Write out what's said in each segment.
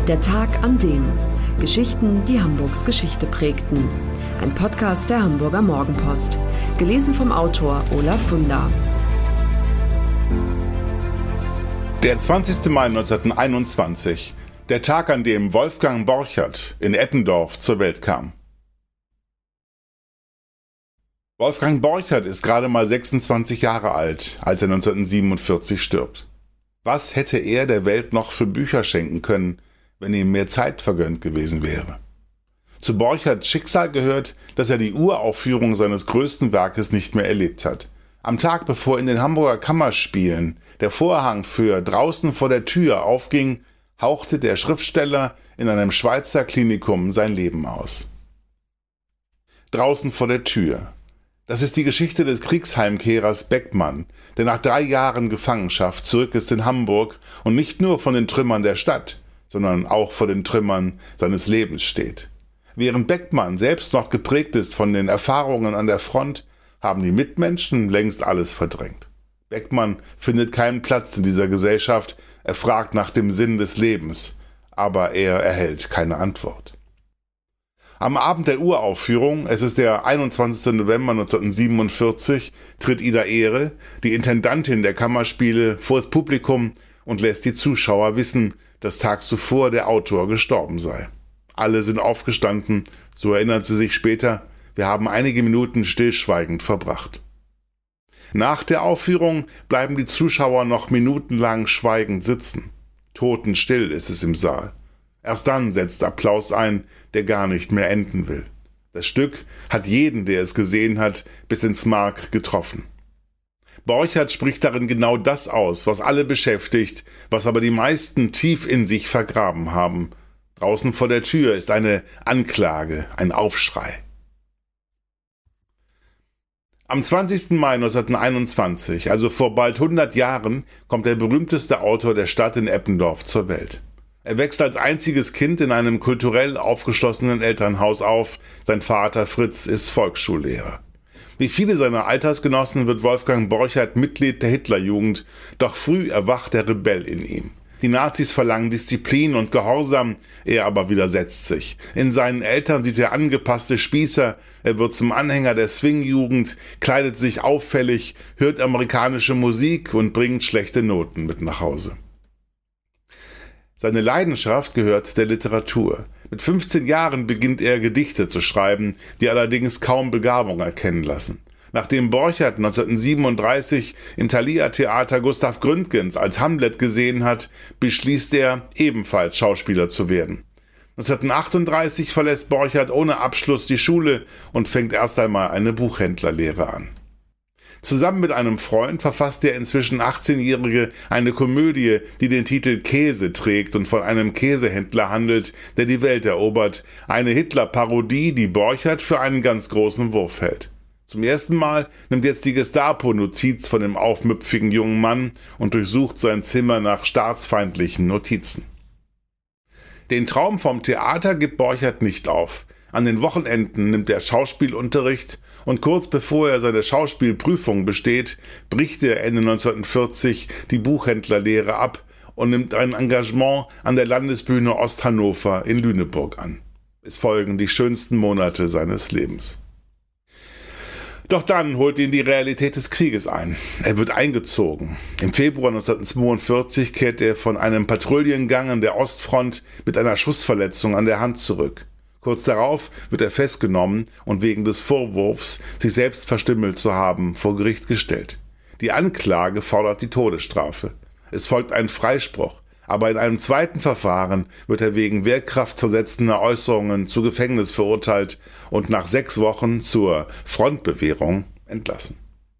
Der Tag an dem. Geschichten, die Hamburgs Geschichte prägten. Ein Podcast der Hamburger Morgenpost. Gelesen vom Autor Olaf Funder. Der 20. Mai 1921. Der Tag, an dem Wolfgang Borchert in Eppendorf zur Welt kam. Wolfgang Borchert ist gerade mal 26 Jahre alt, als er 1947 stirbt. Was hätte er der Welt noch für Bücher schenken können, wenn ihm mehr Zeit vergönnt gewesen wäre? Zu Borcherts Schicksal gehört, dass er die Uraufführung seines größten Werkes nicht mehr erlebt hat. Am Tag, bevor in den Hamburger Kammerspielen der Vorhang für Draußen vor der Tür aufging, hauchte der Schriftsteller in einem Schweizer Klinikum sein Leben aus. Draußen vor der Tür. Das ist die Geschichte des Kriegsheimkehrers Beckmann, der nach 3 Jahren Gefangenschaft zurück ist in Hamburg und nicht nur von den Trümmern der Stadt, sondern auch vor den Trümmern seines Lebens steht. Während Beckmann selbst noch geprägt ist von den Erfahrungen an der Front, haben die Mitmenschen längst alles verdrängt. Beckmann findet keinen Platz in dieser Gesellschaft, er fragt nach dem Sinn des Lebens, aber er erhält keine Antwort. Am Abend der Uraufführung, es ist der 21. November 1947, tritt Ida Ehre, die Intendantin der Kammerspiele, vor das Publikum und lässt die Zuschauer wissen, dass tags zuvor der Autor gestorben sei. Alle sind aufgestanden, so erinnert sie sich später, wir haben einige Minuten stillschweigend verbracht. Nach der Aufführung bleiben die Zuschauer noch minutenlang schweigend sitzen. Totenstill ist es im Saal. Erst dann setzt Applaus ein, der gar nicht mehr enden will. Das Stück hat jeden, der es gesehen hat, bis ins Mark getroffen. Borchert spricht darin genau das aus, was alle beschäftigt, was aber die meisten tief in sich vergraben haben. Draußen vor der Tür ist eine Anklage, ein Aufschrei. Am 20. Mai 1921, also vor bald 100 Jahren, kommt der berühmteste Autor der Stadt in Eppendorf zur Welt. Er wächst als einziges Kind in einem kulturell aufgeschlossenen Elternhaus auf. Sein Vater Fritz ist Volksschullehrer. Wie viele seiner Altersgenossen wird Wolfgang Borchert Mitglied der Hitlerjugend, doch früh erwacht der Rebell in ihm. Die Nazis verlangen Disziplin und Gehorsam, er aber widersetzt sich. In seinen Eltern sieht er angepasste Spießer, er wird zum Anhänger der Swing-Jugend, kleidet sich auffällig, hört amerikanische Musik und bringt schlechte Noten mit nach Hause. Seine Leidenschaft gehört der Literatur. Mit 15 Jahren beginnt er Gedichte zu schreiben, die allerdings kaum Begabung erkennen lassen. Nachdem Borchert 1937 im Thalia Theater Gustav Gründgens als Hamlet gesehen hat, beschließt er, ebenfalls Schauspieler zu werden. 1938 verlässt Borchert ohne Abschluss die Schule und fängt erst einmal eine Buchhändlerlehre an. Zusammen mit einem Freund verfasst der inzwischen 18-Jährige eine Komödie, die den Titel Käse trägt und von einem Käsehändler handelt, der die Welt erobert. Eine Hitler-Parodie, die Borchert für einen ganz großen Wurf hält. Zum ersten Mal nimmt jetzt die Gestapo Notiz von dem aufmüpfigen jungen Mann und durchsucht sein Zimmer nach staatsfeindlichen Notizen. Den Traum vom Theater gibt Borchert nicht auf. An den Wochenenden nimmt er Schauspielunterricht und kurz bevor er seine Schauspielprüfung besteht, bricht er Ende 1940 die Buchhändlerlehre ab und nimmt ein Engagement an der Landesbühne Osthannover in Lüneburg an. Es folgen die schönsten Monate seines Lebens. Doch dann holt ihn die Realität des Krieges ein. Er wird eingezogen. Im Februar 1942 kehrt er von einem Patrouillengang an der Ostfront mit einer Schussverletzung an der Hand zurück. Kurz darauf wird er festgenommen und wegen des Vorwurfs, sich selbst verstümmelt zu haben, vor Gericht gestellt. Die Anklage fordert die Todesstrafe. Es folgt ein Freispruch, aber in einem zweiten Verfahren wird er wegen wehrkraftzersetzender Äußerungen zu Gefängnis verurteilt und nach 6 Wochen zur Frontbewährung entlassen.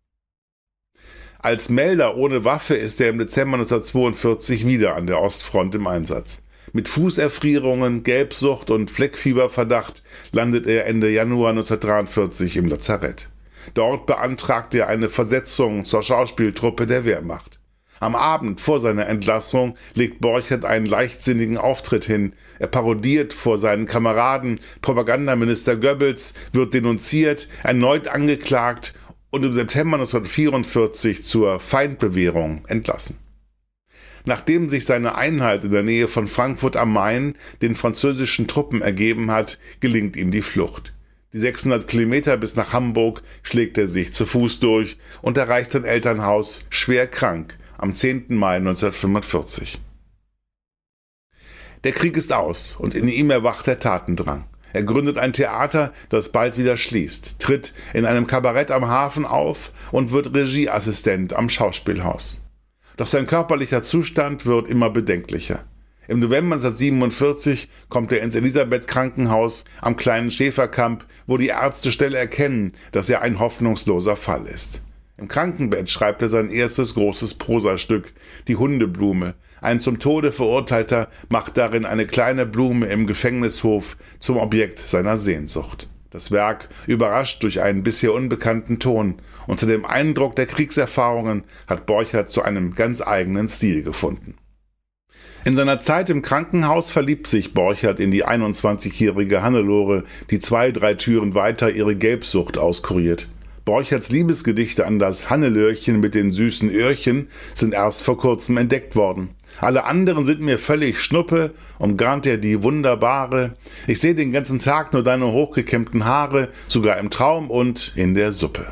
Als Melder ohne Waffe ist er im Dezember 1942 wieder an der Ostfront im Einsatz. Mit Fußerfrierungen, Gelbsucht und Fleckfieberverdacht landet er Ende Januar 1943 im Lazarett. Dort beantragt er eine Versetzung zur Schauspieltruppe der Wehrmacht. Am Abend vor seiner Entlassung legt Borchert einen leichtsinnigen Auftritt hin. Er parodiert vor seinen Kameraden Propagandaminister Goebbels, wird denunziert, erneut angeklagt und im September 1944 zur Feindbewährung entlassen. Nachdem sich seine Einheit in der Nähe von Frankfurt am Main den französischen Truppen ergeben hat, gelingt ihm die Flucht. Die 600 Kilometer bis nach Hamburg schlägt er sich zu Fuß durch und erreicht sein Elternhaus schwer krank am 10. Mai 1945. Der Krieg ist aus und in ihm erwacht der Tatendrang. Er gründet ein Theater, das bald wieder schließt, tritt in einem Kabarett am Hafen auf und wird Regieassistent am Schauspielhaus. Doch sein körperlicher Zustand wird immer bedenklicher. Im November 1947 kommt er ins Elisabeth-Krankenhaus am kleinen Schäferkamp, wo die Ärzte schnell erkennen, dass er ein hoffnungsloser Fall ist. Im Krankenbett schreibt er sein erstes großes Prosastück, Die Hundeblume. Ein zum Tode Verurteilter macht darin eine kleine Blume im Gefängnishof zum Objekt seiner Sehnsucht. Das Werk überrascht durch einen bisher unbekannten Ton. Unter dem Eindruck der Kriegserfahrungen hat Borchardt zu einem ganz eigenen Stil gefunden. In seiner Zeit im Krankenhaus verliebt sich Borchardt in die 21-jährige Hannelore, die 2-3 Türen weiter ihre Gelbsucht auskuriert. Borchardts Liebesgedichte an das Hannelörchen mit den süßen Öhrchen sind erst vor kurzem entdeckt worden. Alle anderen sind mir völlig Schnuppe, umgarnt er die Wunderbare. Ich sehe den ganzen Tag nur deine hochgekämmten Haare, sogar im Traum und in der Suppe.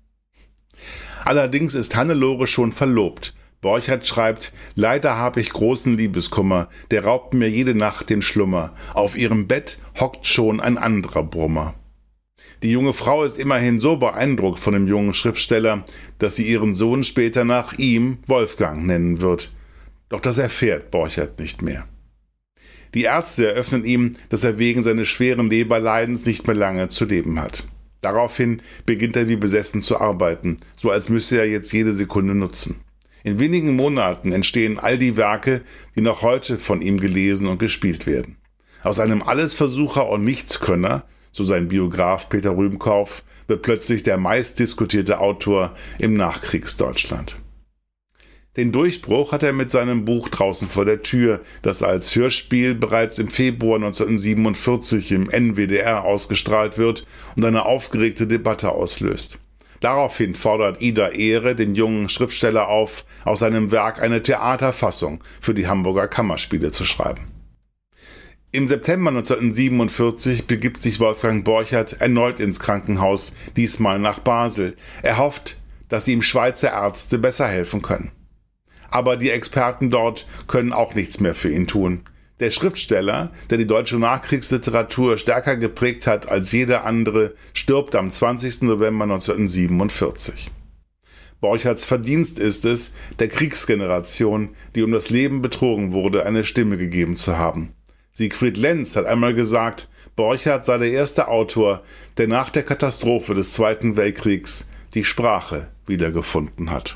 Allerdings ist Hannelore schon verlobt. Borchardt schreibt, leider habe ich großen Liebeskummer, der raubt mir jede Nacht den Schlummer. Auf ihrem Bett hockt schon ein anderer Brummer. Die junge Frau ist immerhin so beeindruckt von dem jungen Schriftsteller, dass sie ihren Sohn später nach ihm Wolfgang nennen wird. Doch das erfährt Borchardt nicht mehr. Die Ärzte eröffnen ihm, dass er wegen seines schweren Leberleidens nicht mehr lange zu leben hat. Daraufhin beginnt er wie besessen zu arbeiten, so als müsse er jetzt jede Sekunde nutzen. In wenigen Monaten entstehen all die Werke, die noch heute von ihm gelesen und gespielt werden. Aus einem Allesversucher und Nichtskönner, so sein Biograf Peter Rühmkauf, wird plötzlich der meistdiskutierte Autor im Nachkriegsdeutschland. Den Durchbruch hat er mit seinem Buch Draußen vor der Tür, das als Hörspiel bereits im Februar 1947 im NWDR ausgestrahlt wird und eine aufgeregte Debatte auslöst. Daraufhin fordert Ida Ehre den jungen Schriftsteller auf, aus seinem Werk eine Theaterfassung für die Hamburger Kammerspiele zu schreiben. Im September 1947 begibt sich Wolfgang Borchardt erneut ins Krankenhaus, diesmal nach Basel. Er hofft, dass ihm Schweizer Ärzte besser helfen können. Aber die Experten dort können auch nichts mehr für ihn tun. Der Schriftsteller, der die deutsche Nachkriegsliteratur stärker geprägt hat als jeder andere, stirbt am 20. November 1947. Borchardts Verdienst ist es, der Kriegsgeneration, die um das Leben betrogen wurde, eine Stimme gegeben zu haben. Siegfried Lenz hat einmal gesagt, Borchardt sei der erste Autor, der nach der Katastrophe des Zweiten Weltkriegs die Sprache wiedergefunden hat.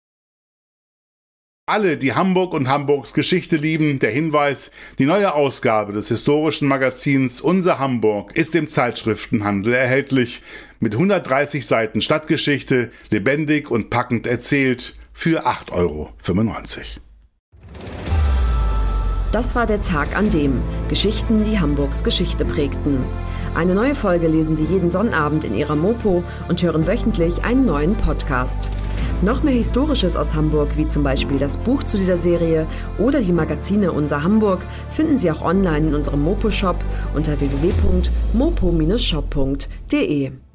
Alle, die Hamburg und Hamburgs Geschichte lieben, der Hinweis, die neue Ausgabe des historischen Magazins Unser Hamburg ist im Zeitschriftenhandel erhältlich, mit 130 Seiten Stadtgeschichte, lebendig und packend erzählt, für 8,95 €. Das war der Tag an dem Geschichten, die Hamburgs Geschichte prägten. Eine neue Folge lesen Sie jeden Sonnabend in Ihrer Mopo und hören wöchentlich einen neuen Podcast. Noch mehr Historisches aus Hamburg, wie zum Beispiel das Buch zu dieser Serie oder die Magazine Unser Hamburg, finden Sie auch online in unserem Mopo-Shop unter www.mopo-shop.de.